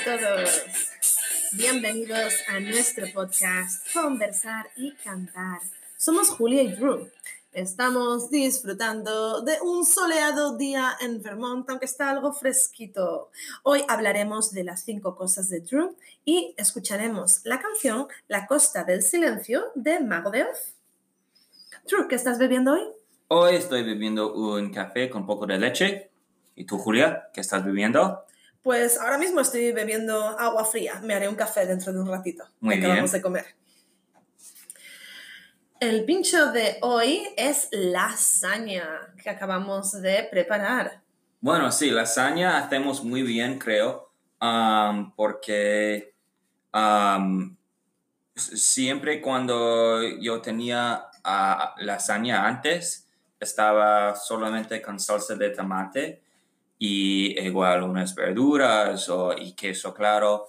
todos, bienvenidos a nuestro podcast Conversar y Cantar. Somos Julia y Drew. Estamos disfrutando de un soleado día en Vermont, aunque está algo fresquito. Hoy hablaremos de las 5 cosas de Drew y escucharemos la canción La Costa del Silencio de Mago de Oz. Drew, ¿qué estás bebiendo hoy? Hoy estoy bebiendo un café con poco de leche. ¿Y tú, Julia, qué estás bebiendo? Pues ahora mismo estoy bebiendo agua fría. Me haré un café dentro de un ratito. Muy bien. Acabamos de comer. El pincho de hoy es lasaña que acabamos de preparar. Bueno, sí, lasaña hacemos muy bien, creo, porque siempre cuando yo tenía lasaña antes, estaba solamente con salsa de tomate y igual unas verduras y queso claro.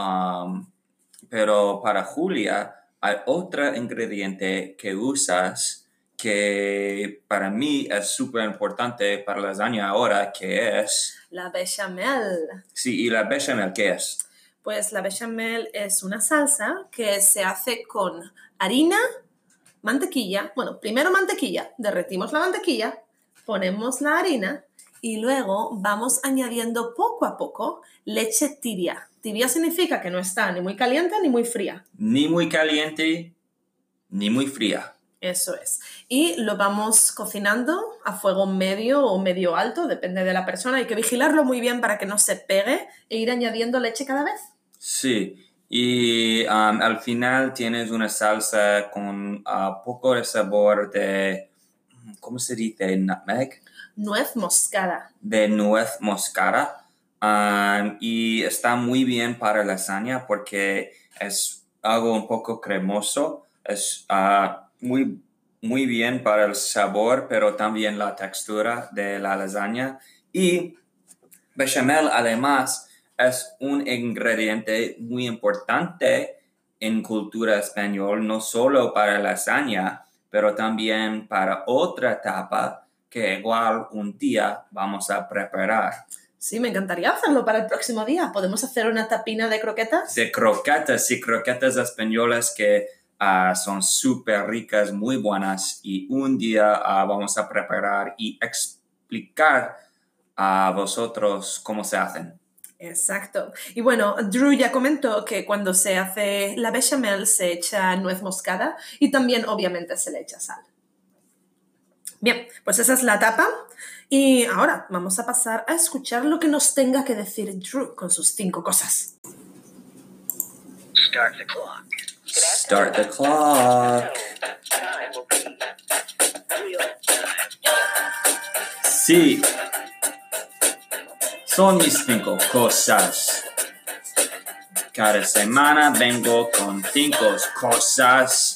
Pero para Julia hay otro ingrediente que usas que para mí es súper importante para la lasaña ahora, que es... La bechamel. Sí, ¿y la bechamel qué es? Pues la bechamel es una salsa que se hace con harina, mantequilla. Bueno, primero mantequilla, derretimos la mantequilla, ponemos la harina y luego vamos añadiendo poco a poco leche tibia. Tibia significa que no está ni muy caliente ni muy fría. Ni muy caliente, ni muy fría. Eso es. Y lo vamos cocinando a fuego medio o medio alto, depende de la persona. Hay que vigilarlo muy bien para que no se pegue e ir añadiendo leche cada vez. Sí, y al final tienes una salsa con poco de sabor de, ¿cómo se dice? Nutmeg. Nuez moscada. De nuez moscada. Y está muy bien para lasaña porque es algo un poco cremoso. Es muy bien para el sabor, pero también la textura de la lasaña. Y bechamel, además, es un ingrediente muy importante en cultura española, no solo para lasaña, pero también para otra tapa que igual un día vamos a preparar. Sí, me encantaría hacerlo para el próximo día. ¿Podemos hacer una tapina de croquetas? De croquetas, sí, croquetas españolas que son súper ricas, muy buenas. Y un día vamos a preparar y explicar a vosotros cómo se hacen. Exacto. Y bueno, Drew ya comentó que cuando se hace la bechamel se echa nuez moscada y también obviamente se le echa sal. Bien, pues esa es la tapa y ahora vamos a pasar a escuchar lo que nos tenga que decir Drew con sus 5 cosas. Start the clock. Start the clock. Sí, son mis 5 cosas. Cada semana vengo con 5 cosas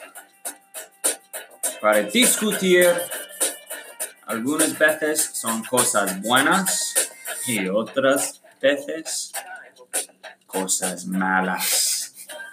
para discutir. Algunas veces son cosas buenas y otras veces cosas malas.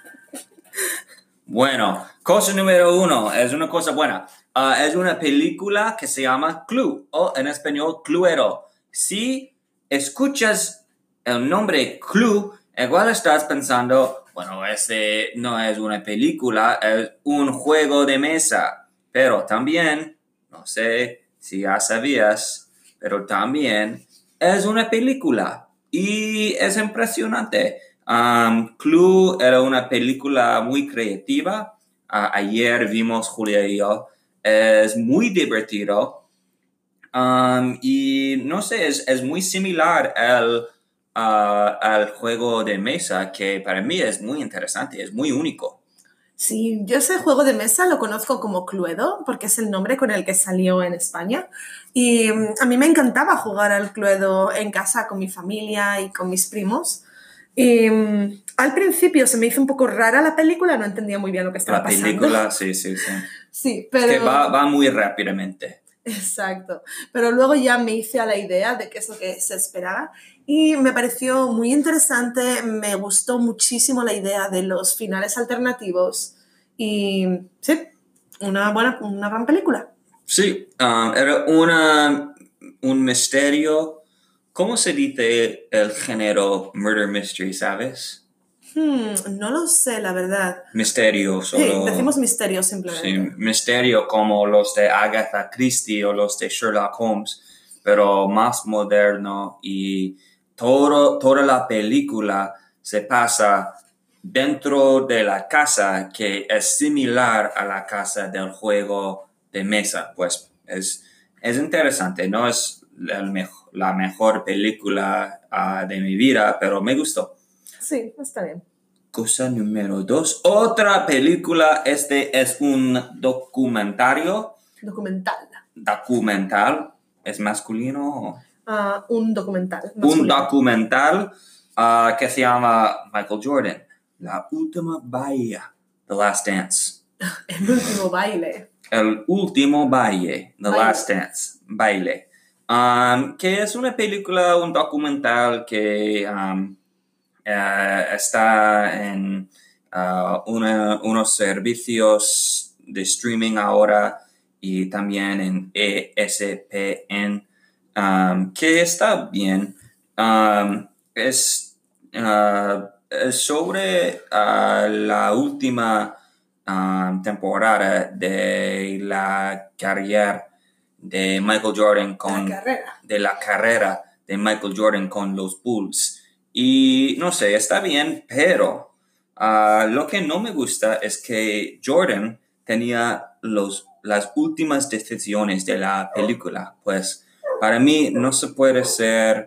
Bueno, cosa número 1 es una cosa buena. Es una película que se llama Clue, o en español Cluedo. Si escuchas el nombre Clue, igual estás pensando, bueno, este no es una película, es un juego de mesa. Pero también, no sé si ya sabías, pero también es una película y es impresionante. Clue era una película muy creativa. Ayer vimos Julia y yo. Es muy divertido. Y no sé, es muy similar al juego de mesa, que para mí es muy interesante, es muy único. Sí, yo ese juego de mesa lo conozco como Cluedo, porque es el nombre con el que salió en España. Y a mí me encantaba jugar al Cluedo en casa con mi familia y con mis primos. Y al principio se me hizo un poco rara la película, no entendía muy bien lo que estaba pasando. La película, sí. Sí, pero... Que va muy rápidamente. Exacto, pero luego ya me hice a la idea de qué es lo que se esperaba y me pareció muy interesante, me gustó muchísimo la idea de los finales alternativos y sí, una gran película. Sí, era un misterio ¿Cómo se dice el género murder mystery, sabes? No lo sé, la verdad. Misterio, Sí, solo... decimos misterio Sí, simplemente. misterio como los de Agatha Christie o los de Sherlock Holmes, pero más moderno y toda la película se pasa dentro de la casa que es similar a la casa del juego de mesa. Pues es interesante, no es la mejor película de mi vida, pero me gustó. Sí, está bien. Cosa número 2. Otra película, este es un documentario. Documental. Documental, ¿es masculino? Un documental. Un Masculino. documental que se llama Michael Jordan, La Última Bahía, The Last Dance. El último baile. El Último Baile, The Baile. Last Dance, Baile. Que es una película, un documental que... está en unos servicios de streaming ahora y también en ESPN, que está bien. Es sobre la última temporada de la carrera de Michael Jordan de la carrera de Michael Jordan con los Bulls. Y no sé, está bien, pero lo que no me gusta es que Jordan tenía las últimas decisiones de la película. Pues para mí no se puede ser,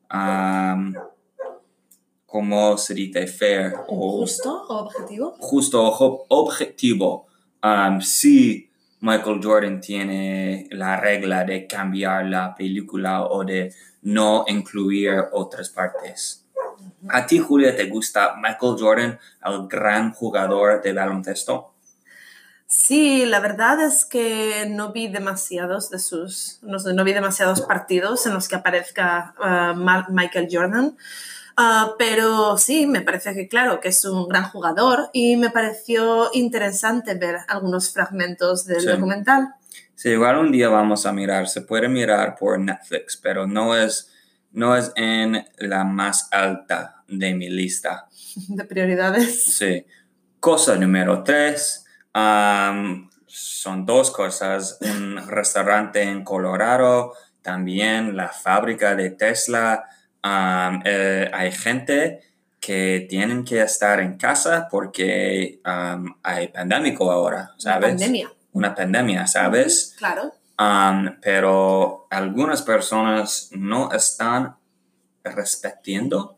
¿cómo se dice? Fair o ¿Justo o objetivo? Justo o objetivo. Si Michael Jordan tiene la regla de cambiar la película o de no incluir otras partes. ¿A ti, Julia, te gusta Michael Jordan, el gran jugador de baloncesto? Sí, la verdad es que no vi demasiados no vi demasiados partidos en los que aparezca Michael Jordan. Pero sí, me parece que claro, que es un gran jugador y me pareció interesante ver algunos fragmentos del documental. Sí, igual un día vamos a mirar, se puede mirar por Netflix, pero no es en la más alta de mi lista. De prioridades. Sí. Cosa número 3, son dos cosas, un restaurante en Colorado, también la fábrica de Tesla. Hay gente que tienen que estar en casa porque hay pandémico ahora, ¿sabes? Una pandemia, ¿sabes? Claro. Pero algunas personas no están respetando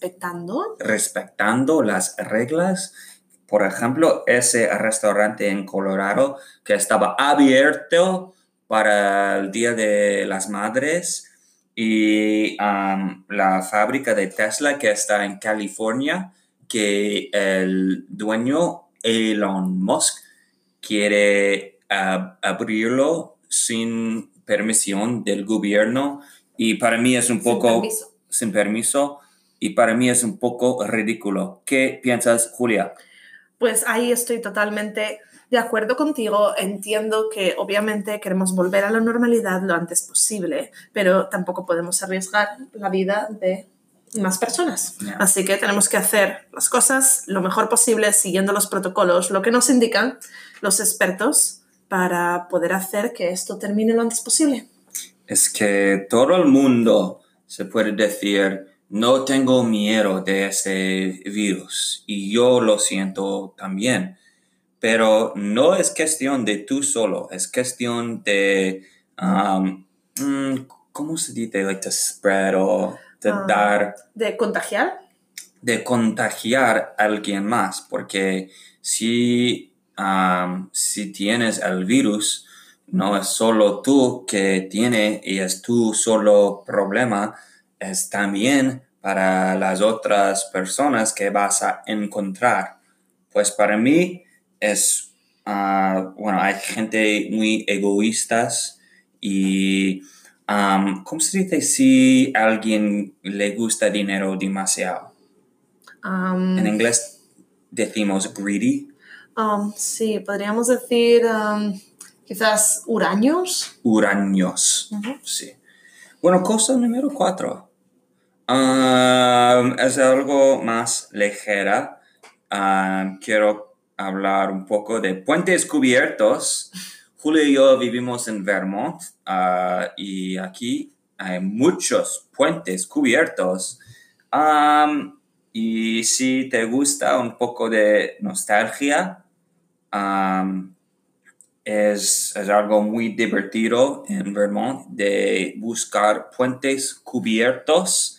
las reglas. Por ejemplo, ese restaurante en Colorado que estaba abierto para el Día de las Madres y la fábrica de Tesla que está en California, que el dueño Elon Musk quiere abrirlo sin permisión del gobierno y para mí es un poco sin permiso y para mí es un poco ridículo. ¿Qué piensas, Julia? Pues ahí estoy totalmente de acuerdo contigo. Entiendo que obviamente queremos volver a la normalidad lo antes posible, pero tampoco podemos arriesgar la vida de más personas. Yeah. Así que tenemos que hacer las cosas lo mejor posible siguiendo los protocolos, lo que nos indican los expertos para poder hacer que esto termine lo antes posible. Es que todo el mundo se puede decir, no tengo miedo de ese virus y yo lo siento también, pero no es cuestión de tú solo, es cuestión de, ¿cómo se dice? Like to spread o de dar... ¿De contagiar? De contagiar a alguien más, porque si tienes el virus, no es solo tú que tiene y es tu solo problema, es también para las otras personas que vas a encontrar. Pues para mí es, hay gente muy egoístas y, ¿cómo se dice si a alguien le gusta dinero demasiado? En inglés decimos greedy. Sí, podríamos decir quizás huraños. Huraños, sí. Bueno, cosa número 4. Es algo más ligera. Quiero hablar un poco de puentes cubiertos. Julio y yo vivimos en Vermont y aquí hay muchos puentes cubiertos. Y si te gusta un poco de nostalgia, es algo muy divertido en Vermont de buscar puentes cubiertos.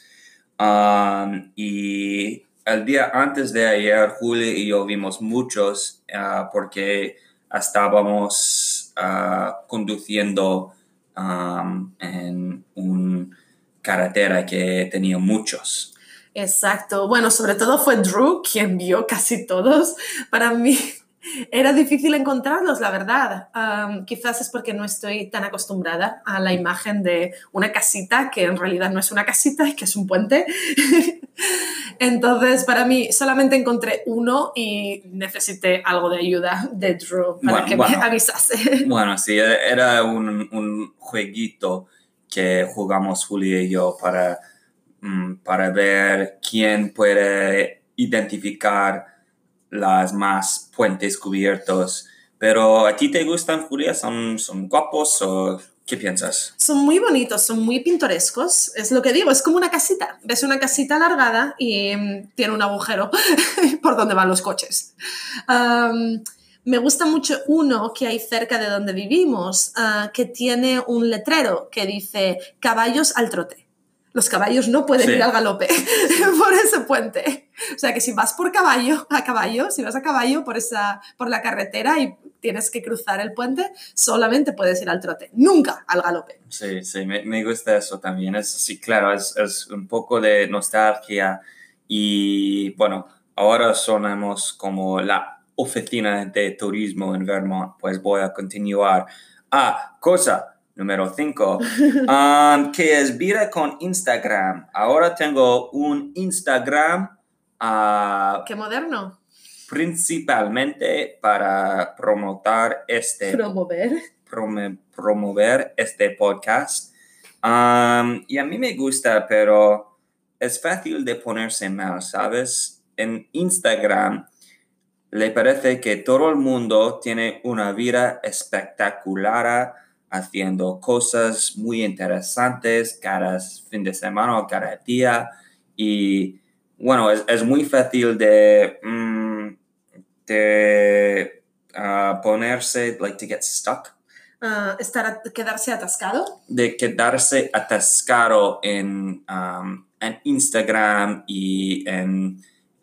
Y el día antes de ayer, Julio y yo vimos muchos porque estábamos conduciendo en una carretera que tenía muchos. Exacto. Bueno, sobre todo fue Drew quien vio casi todos. Para mí era difícil encontrarlos, la verdad. Quizás es porque no estoy tan acostumbrada a la imagen de una casita que en realidad no es una casita y que es un puente. Entonces, para mí solamente encontré uno y necesité algo de ayuda de Drew para que me avisase. Bueno, sí, era un jueguito que jugamos Julio y yo para ver quién puede identificar las más puentes cubiertos. Pero ¿a ti te gustan, Julia? ¿Son guapos o qué piensas? Son muy bonitos, son muy pintorescos. Es lo que digo, es como una casita. Ves una casita alargada y tiene un agujero por donde van los coches. Me gusta mucho uno que hay cerca de donde vivimos, que tiene un letrero que dice caballos al trote. Los caballos no pueden ir al galope por ese puente. O sea que si vas si vas a caballo por la carretera y tienes que cruzar el puente, solamente puedes ir al trote, nunca al galope. Sí, me gusta eso también. Sí, claro, es un poco de nostalgia y bueno, ahora sonamos como la oficina de turismo en Vermont, pues voy a continuar. Cosa número 5, que es vida con Instagram. Ahora tengo un Instagram. ¡Qué moderno! Principalmente para promover este podcast. Y a mí me gusta, pero es fácil de ponerse mal, ¿sabes? En Instagram le parece que todo el mundo tiene una vida espectacular haciendo cosas muy interesantes cada fin de semana o cada día. Y bueno, es muy fácil de ponerse, like to get stuck. Quedarse atascado. De quedarse atascado en Instagram y en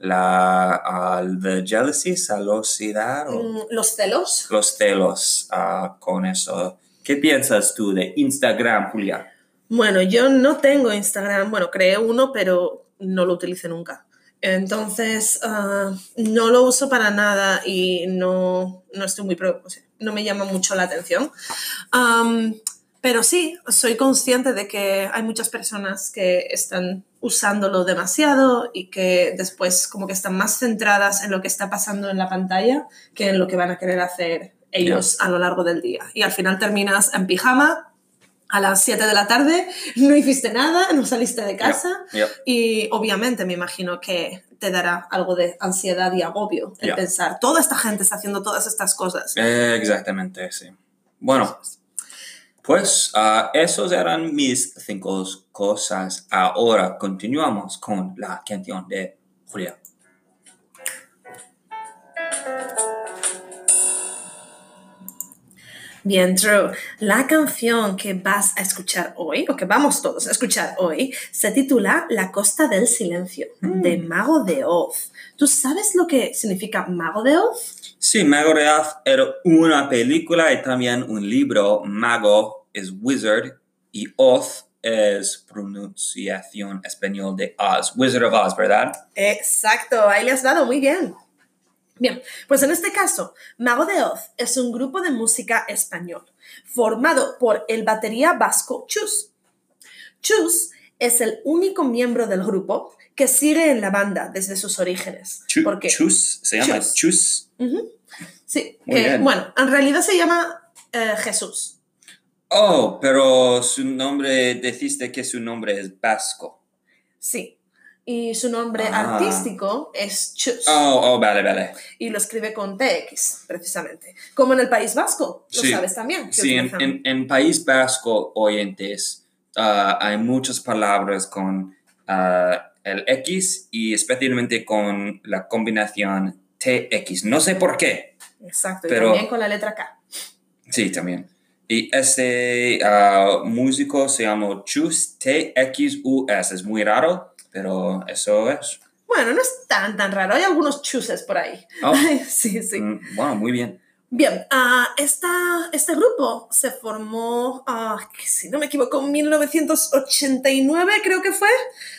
the jealousy, celosidad. Los celos. Los celos con eso. ¿Qué piensas tú de Instagram, Julia? Bueno, yo no tengo Instagram. Bueno, creé uno, pero no lo utilicé nunca. Entonces, no lo uso para nada y no estoy no me llama mucho la atención. Pero sí, soy consciente de que hay muchas personas que están usándolo demasiado y que después como que están más centradas en lo que está pasando en la pantalla que en lo que van a querer hacer ellos a lo largo del día. Y al final terminas en pijama a las 7 de la tarde, no hiciste nada, no saliste de casa y obviamente me imagino que te dará algo de ansiedad y agobio el pensar, toda esta gente está haciendo todas estas cosas. Exactamente, sí. Bueno, pues esos eran mis 5 cosas. Ahora continuamos con la canción de Julia. Bien, Drew. La canción que vas a escuchar hoy, o que vamos todos a escuchar hoy, se titula La Costa del Silencio, de Mago de Oz. ¿Tú sabes lo que significa Mago de Oz? Sí, Mago de Oz era una película y también un libro. Mago es wizard y Oz es pronunciación español de Oz. Wizard of Oz, ¿verdad? Exacto, ahí le has dado muy bien. Bien, pues en este caso, Mago de Oz es un grupo de música español formado por el batería vasco Chus. Chus es el único miembro del grupo que sigue en la banda desde sus orígenes. Chus, se llama Chus. Sí, bueno, en realidad se llama Jesús. Oh, pero su nombre, dijiste que su nombre es vasco. Sí. Y su nombre Ah. artístico es Chus. Vale. Y lo escribe con TX, precisamente. Como en el País Vasco, lo Sí. sabes también. que Sí, utilizan. en País Vasco oyentes hay muchas palabras con el X y especialmente con la combinación TX. No sé por qué, Exacto, y pero también con la letra K. sí, también. Y ese músico se llama Chus, TXUS. Es muy raro, pero eso es. Bueno, no es tan raro. Hay algunos chuses por ahí. Oh. Sí. Bueno, muy bien. Bien, este grupo se formó, si no me equivoco, en 1989 creo que fue.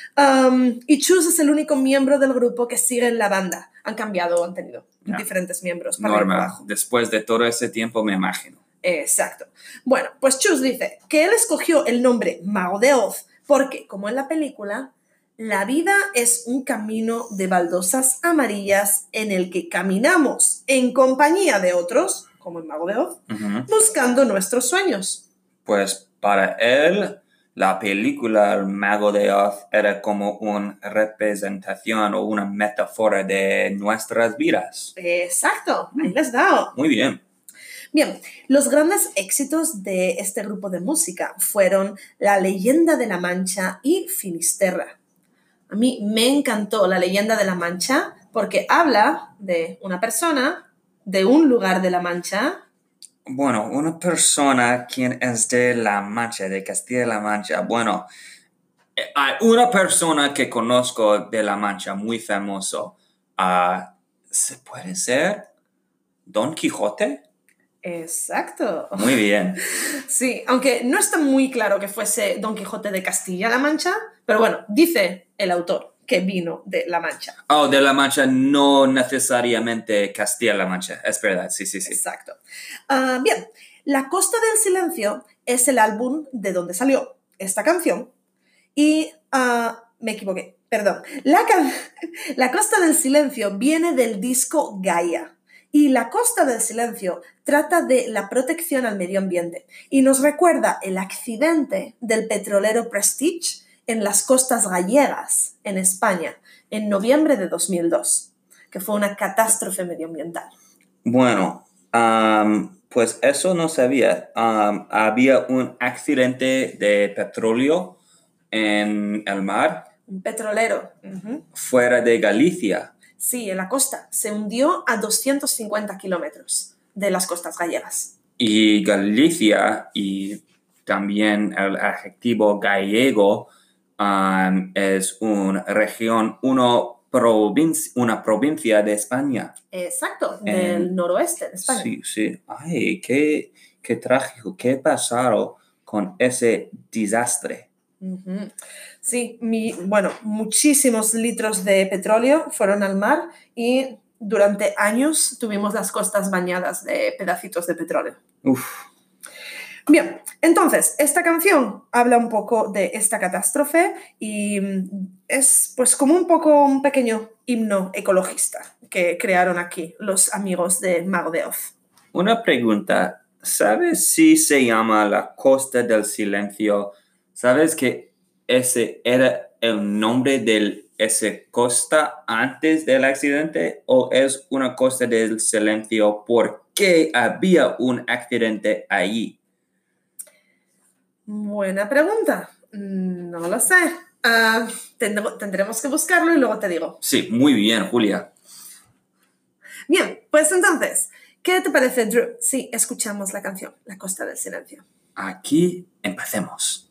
Y Chus es el único miembro del grupo que sigue en la banda. Han cambiado, han tenido diferentes miembros para arriba y para Normal. abajo. Después de todo ese tiempo, me imagino. Exacto. Bueno, pues Chus dice que él escogió el nombre Mago de Oz porque, como en la película, la vida es un camino de baldosas amarillas en el que caminamos en compañía de otros, como el Mago de Oz, buscando nuestros sueños. Pues para él, la película El Mago de Oz era como una representación o una metáfora de nuestras vidas. Exacto, ahí les he dado. Muy bien. Bien, los grandes éxitos de este grupo de música fueron La Leyenda de la Mancha y Finisterra. A mí me encantó La Leyenda de la Mancha porque habla de una persona, de un lugar de la Mancha. Bueno, una persona quien es de La Mancha, de Castilla-La Mancha. Bueno, hay una persona que conozco de La Mancha, muy famoso. ¿Se puede ser Don Quijote? Exacto. Muy bien. Sí, aunque no está muy claro que fuese Don Quijote de Castilla-La Mancha, pero bueno, dice el autor que vino de La Mancha. De La Mancha, no necesariamente Castilla-La Mancha. Es verdad, sí. Exacto. Bien, La Costa del Silencio es el álbum de donde salió esta canción y me equivoqué, perdón. La Costa del Silencio viene del disco Gaia. Y La Costa del Silencio trata de la protección al medio ambiente y nos recuerda el accidente del petrolero Prestige en las costas gallegas, en España, en noviembre de 2002, que fue una catástrofe medioambiental. Bueno, pues eso no sabía. Había un accidente de petróleo en el mar Un petrolero. fuera de Galicia. Sí, en la costa. Se hundió a 250 kilómetros de las costas gallegas. Y Galicia y también el adjetivo gallego es una región, una provincia de España. Exacto, del noroeste de España. Sí. Ay, qué trágico. ¿Qué pasaron con ese desastre? Sí, muchísimos litros de petróleo fueron al mar y durante años tuvimos las costas bañadas de pedacitos de petróleo. Uf. Bien, entonces, esta canción habla un poco de esta catástrofe y es pues como un pequeño himno ecologista que crearon aquí los amigos de Mago de Oz. Una pregunta. ¿Sabes si se llama la Costa del Silencio? ¿Sabes que ese era el nombre de esa costa antes del accidente? ¿O es una Costa del Silencio porque había un accidente allí? Buena pregunta. No lo sé. Tendremos que buscarlo y luego te digo. Sí, muy bien, Julia. Bien, pues entonces, ¿qué te parece, Drew, si escuchamos la canción La Costa del Silencio? Aquí empecemos.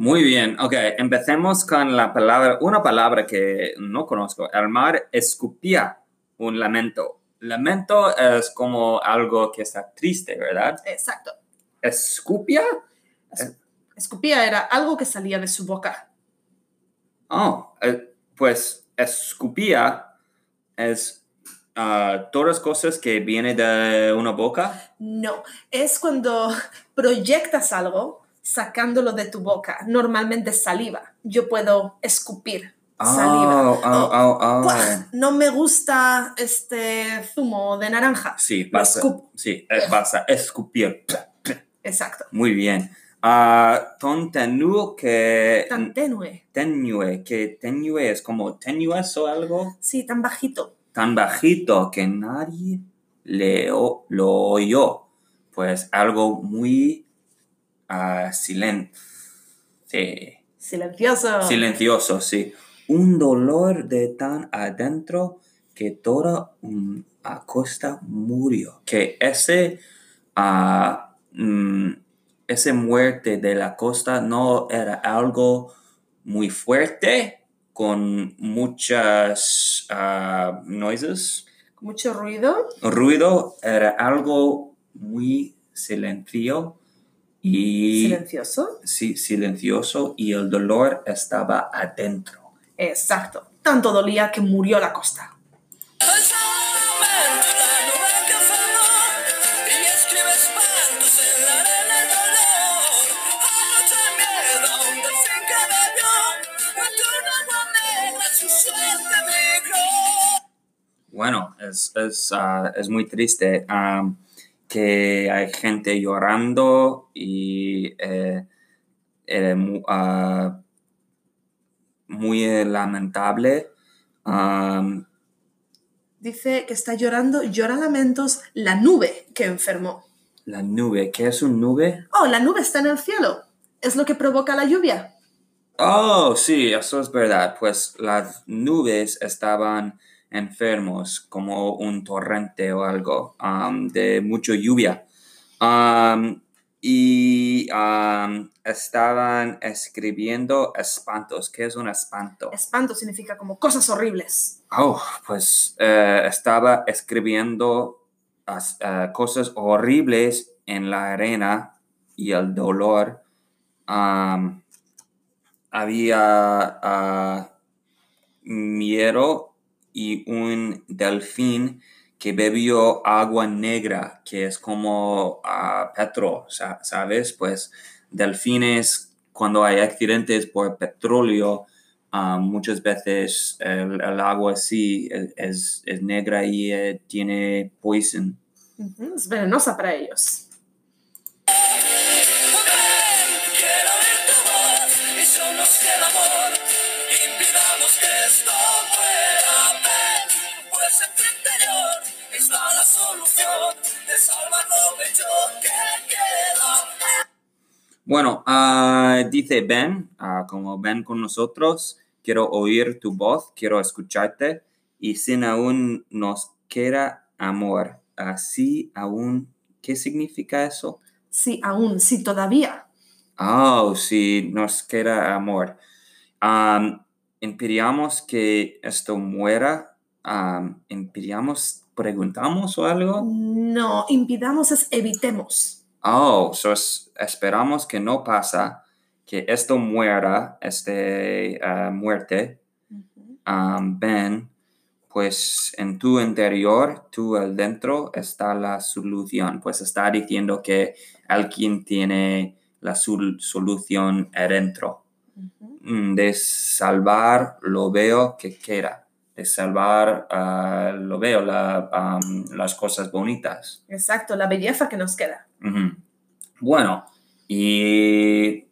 Muy bien, ok, empecemos con una palabra que no conozco. El mar escupía un lamento. Lamento es como algo que está triste, ¿verdad? Exacto. ¿Escupía? Escupía era algo que salía de su boca. Oh, pues escupía es todas cosas que vienen de una boca. No, es cuando proyectas algo sacándolo de tu boca. Normalmente saliva. Yo puedo escupir saliva. ¡Buah! No me gusta este zumo de naranja. Sí, Lo escupo. Sí, vas a escupir. Exacto. Muy bien. Tan tenue que... Tan tenue. Tenue, que tenue es como tenuous o algo. Sí, tan bajito. Tan bajito que nadie lo oyó. Pues algo muy silencioso, sí. Un dolor de tan adentro que toda una costa murió. Que ese muerte de la costa no era algo muy fuerte, con muchas noises. Mucho ruido. Ruido, era algo muy silencioso. ¿Silencioso? Sí, silencioso, y el dolor estaba adentro. Exacto. Tanto dolía que murió la costa. Bueno, es muy triste que hay gente llorando y muy lamentable. Dice que está llorando, llora lamentos la nube que enfermó. La nube, ¿qué es una nube? Oh, la nube está en el cielo. Es lo que provoca la lluvia. Oh, sí, eso es verdad. Pues las nubes estaban enfermos, como un torrente o algo, de mucha lluvia. Y estaban escribiendo espantos. ¿Qué es un espanto? Espanto significa como cosas horribles. Oh, pues estaba escribiendo cosas horribles en la arena y el dolor. Había miedo y un delfín que bebió agua negra, que es como petróleo, ¿sabes? Pues delfines, cuando hay accidentes por petróleo, muchas veces el agua sí es negra y tiene poison. Es venenosa para ellos. Bueno, dice ven, como ven con nosotros, quiero oír tu voz, quiero escucharte, y sin aún nos queda amor. Así aún, ¿qué significa eso? Sí, aún, sí, todavía. Oh, sí, nos queda amor. ¿Impedimos que esto muera? ¿Preguntamos o algo? No, impidamos es evitemos. Oh, esperamos que no pasa, que esto muera, muerte. Ven, pues en tu interior, tú al dentro, está la solución. Pues está diciendo que alguien tiene la solución adentro. De salvar lo veo que queda. De salvar lo veo las cosas bonitas. Exacto, la belleza que nos queda. Uh-huh. Bueno, y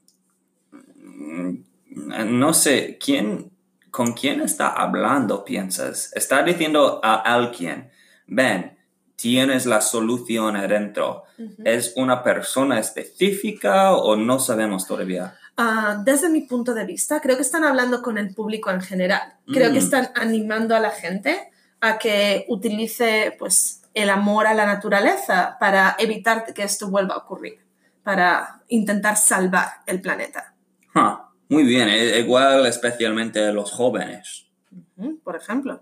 no sé, ¿con quién está hablando, piensas? Está diciendo a alguien, ven, tienes la solución adentro. ¿Es una persona específica o no sabemos todavía? Desde mi punto de vista, creo que están hablando con el público en general. Creo que están animando a la gente a que utilice pues, el amor a la naturaleza para evitar que esto vuelva a ocurrir, para intentar salvar el planeta. Muy bien, igual especialmente los jóvenes. Por ejemplo.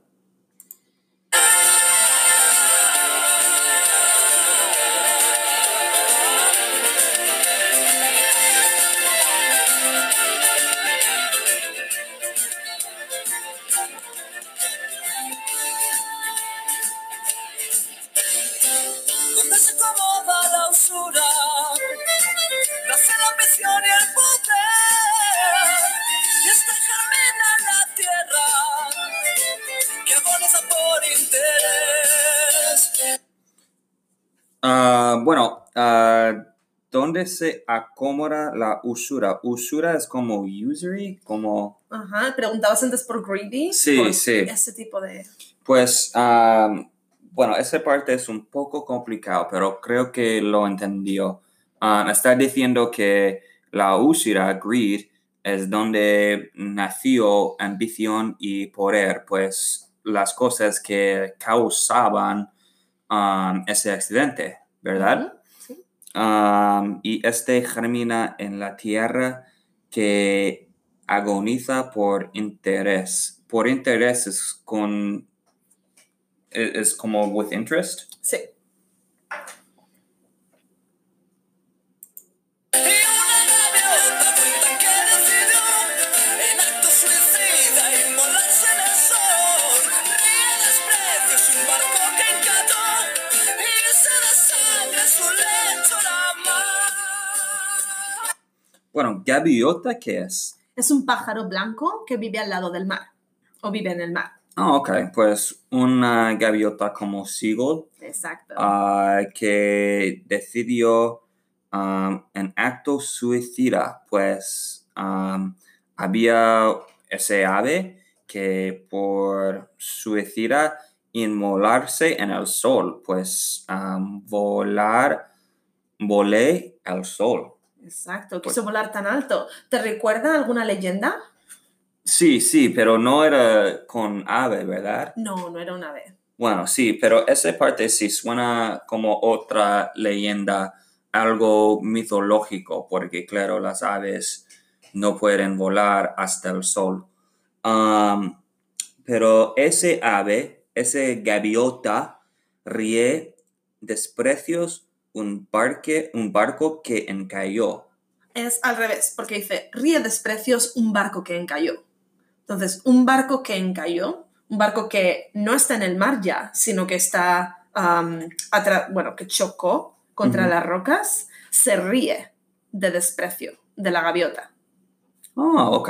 Donde se acomoda la usura, nace la ambición y el poder, y esta germina en la tierra, que agoniza por interés. ¿Dónde se acomoda la usura? Usura es como usury, como... Ajá, preguntabas antes por greedy. Sí, por sí. ese tipo de... Pues, esa parte es un poco complicado, pero creo que lo entendió. Está diciendo que la usura, greed, es donde nació ambición y poder, pues las cosas que causaban ese accidente, ¿verdad? Sí. Y germina en la tierra que agoniza por interés. Por interés es como with interest. Sí. Bueno, ¿gaviota qué es? Es un pájaro blanco que vive al lado del mar, o vive en el mar. Ok, pues una gaviota como Seagull. Exacto. Que decidió en acto suicida, pues había ese ave que por suicida inmolarse en el sol, pues volé al sol. Exacto, quiso volar tan alto. ¿Te recuerda alguna leyenda? Sí, pero no era con ave, ¿verdad? No, no era una ave. Bueno, sí, pero esa parte sí suena como otra leyenda, algo mitológico, porque claro, las aves no pueden volar hasta el sol. Pero ese ave, ese gaviota, ríe desprecios un barco que encalló. Es al revés, porque dice, ríe desprecios un barco que encalló. Entonces, un barco que encalló, un barco que no está en el mar ya, sino que está, que chocó contra las rocas, se ríe de desprecio de la gaviota. Ok.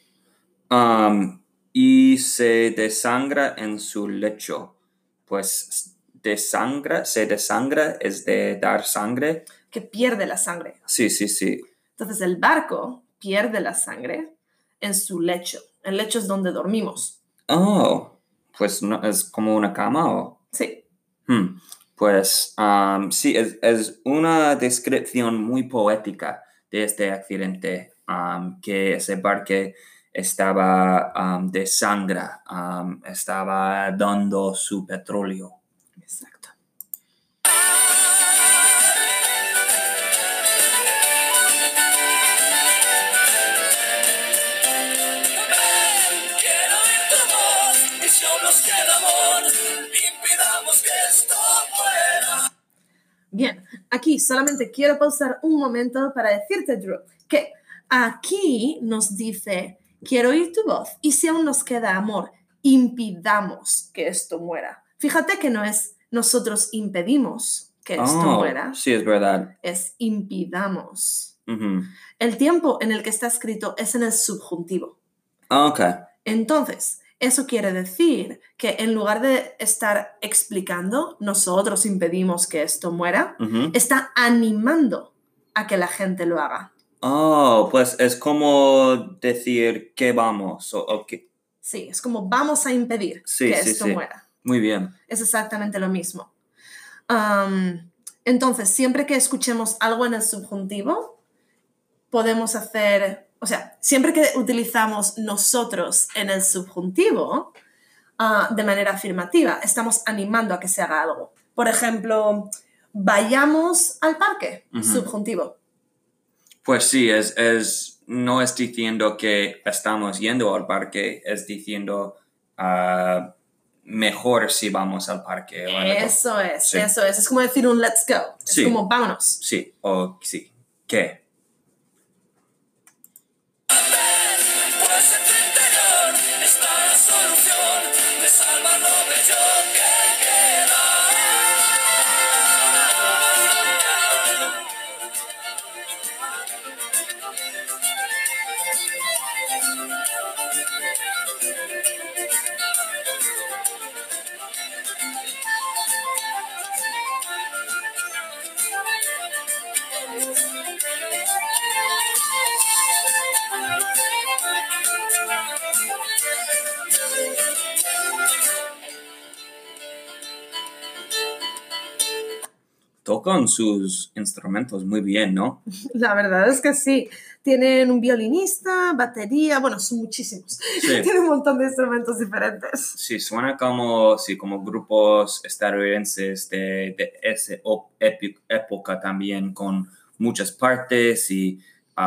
Y se desangra en su lecho. Pues se desangra es de dar sangre. Que pierde la sangre. Sí. Entonces, el barco pierde la sangre en su lecho. El lecho es donde dormimos. Oh, pues no, es como una cama o... Sí. Pues sí, es una descripción muy poética de este accidente, que ese barco estaba de sangre, estaba dando su petróleo. Exacto. Bien, aquí solamente quiero pausar un momento para decirte, Drew, que aquí nos dice, quiero oír tu voz y si aún nos queda amor, impidamos que esto muera. Fíjate que no es nosotros impedimos que esto muera. Sí, es verdad. Es impidamos. Uh-huh. El tiempo en el que está escrito es en el subjuntivo. Ok. Entonces, eso quiere decir que en lugar de estar explicando, nosotros impedimos que esto muera, está animando a que la gente lo haga. Pues es como decir que vamos. Okay. Sí, es como vamos a impedir que esto muera. Muy bien. Es exactamente lo mismo. Entonces, siempre que escuchemos algo en el subjuntivo, podemos hacer... O sea, siempre que utilizamos nosotros en el subjuntivo, de manera afirmativa, estamos animando a que se haga algo. Por ejemplo, vayamos al parque, subjuntivo. Pues sí, es no es diciendo que estamos yendo al parque, es diciendo mejor si vamos al parque. O algo. Eso es, Sí. eso es. Es como decir un let's go. Es Sí. como vámonos. Sí, o sí. ¿Qué? Pues en tu interior está la solución, me salva lo bello que queda. Tocan sus instrumentos muy bien, ¿no? La verdad es que sí. Tienen un violinista, batería, bueno, son muchísimos. Sí. Tienen un montón de instrumentos diferentes. Sí, suena como grupos estadounidenses de esa época también, con muchas partes y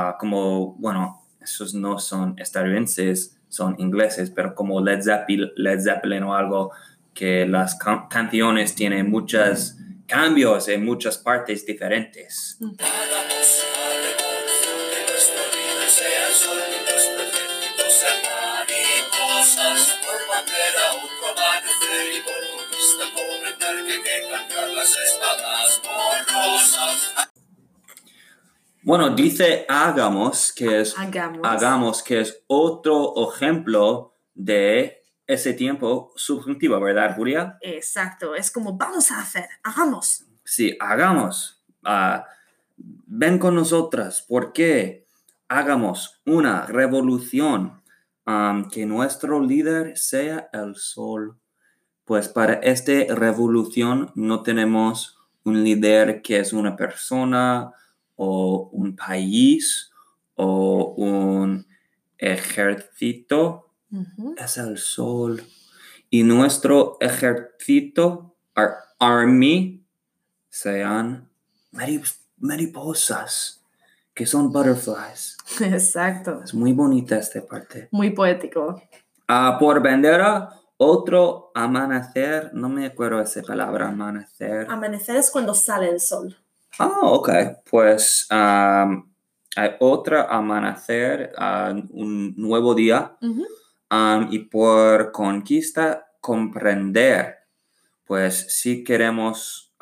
esos no son estadounidenses, son ingleses, pero como Led Zeppelin o algo, que las canciones tienen muchos cambios en muchas partes diferentes. Hagamos una revolución, que nuestra vida sea el sol, los perfectos sean mariposas, por bandera un amanecer y por conquista comprender que hay que cambiar las espadas por rosas. Bueno, dice hagamos, que es otro ejemplo de ese tiempo subjuntivo, ¿verdad, Julia? Exacto, es como vamos a hacer, hagamos. Sí, hagamos. Ven con nosotras, porque hagamos una revolución, que nuestro líder sea el sol. Pues para esta revolución no tenemos un líder que es una persona o un país o un ejército. Ujú. Es el sol. Y nuestro ejército, our army, sean mariposas, que son butterflies. Exacto, Es muy bonita esta parte. muy poético. Por bandera, otro amanecer, no me acuerdo esa palabra, amanecer. Amanecer es cuando sale el sol. Ok, pues hay otra amanecer, un nuevo día, Ujú. y por conquista, comprender. Pues si queremos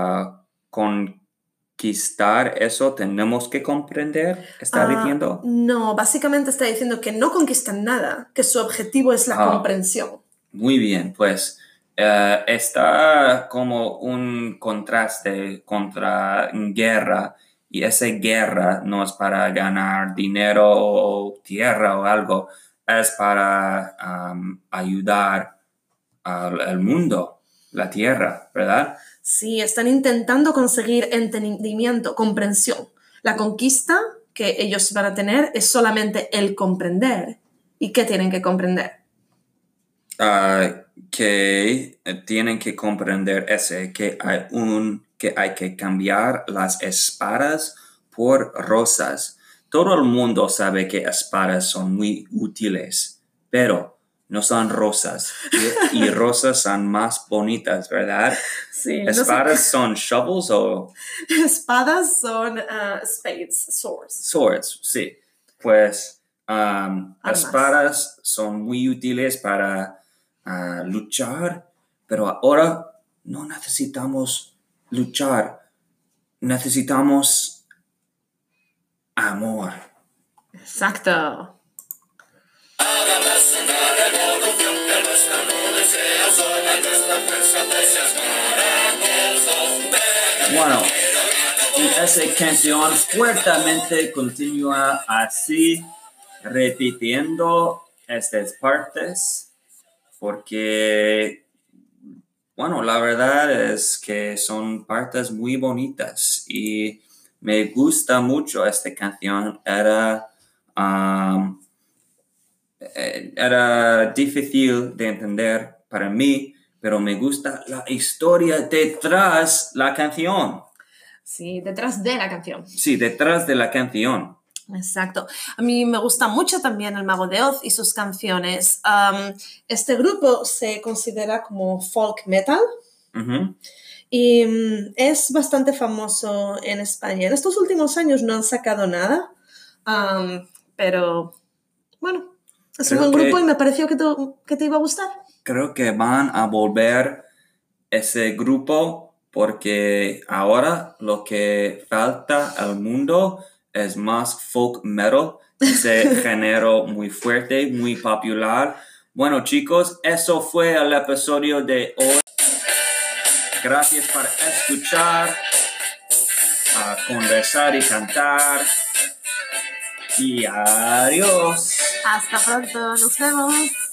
conquistar eso, tenemos que comprender, ¿está diciendo? No, básicamente está diciendo que no conquistan nada, que su objetivo es la comprensión. Muy bien, pues está como un contraste contra guerra, y esa guerra no es para ganar dinero o tierra o algo, es para ayudar al mundo, la tierra, ¿verdad? Sí, están intentando conseguir entendimiento, comprensión. La conquista que ellos van a tener es solamente el comprender. ¿Y qué tienen que comprender? Que tienen que comprender que hay que cambiar las espadas por rosas. Todo el mundo sabe que espadas son muy útiles, pero no son rosas. Y rosas son más bonitas, ¿verdad? Sí, no sé. ¿Espadas son shovels o...? Espadas son spades, swords. Swords, sí. Pues Armas. espadas son muy útiles para luchar, pero ahora no necesitamos luchar, necesitamos amor. Exacto. Hagamos una revolución, que nuestra nube sea el sol, y nuestra fuerza precias mariposas. Bueno, y esa canción fuertemente continúa así, repitiendo estas partes, porque, bueno, la verdad es que son partes muy bonitas y me gusta mucho esta canción. Era difícil de entender para mí, pero me gusta la historia detrás la canción. Sí, detrás de la canción. Sí, detrás de la canción. Exacto. A mí me gusta mucho también el Mago de Oz y sus canciones. Este grupo se considera como folk metal Ujú. y es bastante famoso en España. En estos últimos años no han sacado nada, pero bueno, es un Creo buen grupo y que, me pareció que te iba a gustar. creo que van a volver ese grupo porque ahora lo que falta al mundo es más folk metal, ese género muy fuerte, muy popular. Bueno, chicos, eso fue el episodio de hoy. Gracias por escuchar, a conversar y cantar. Y adiós. Hasta pronto, nos vemos.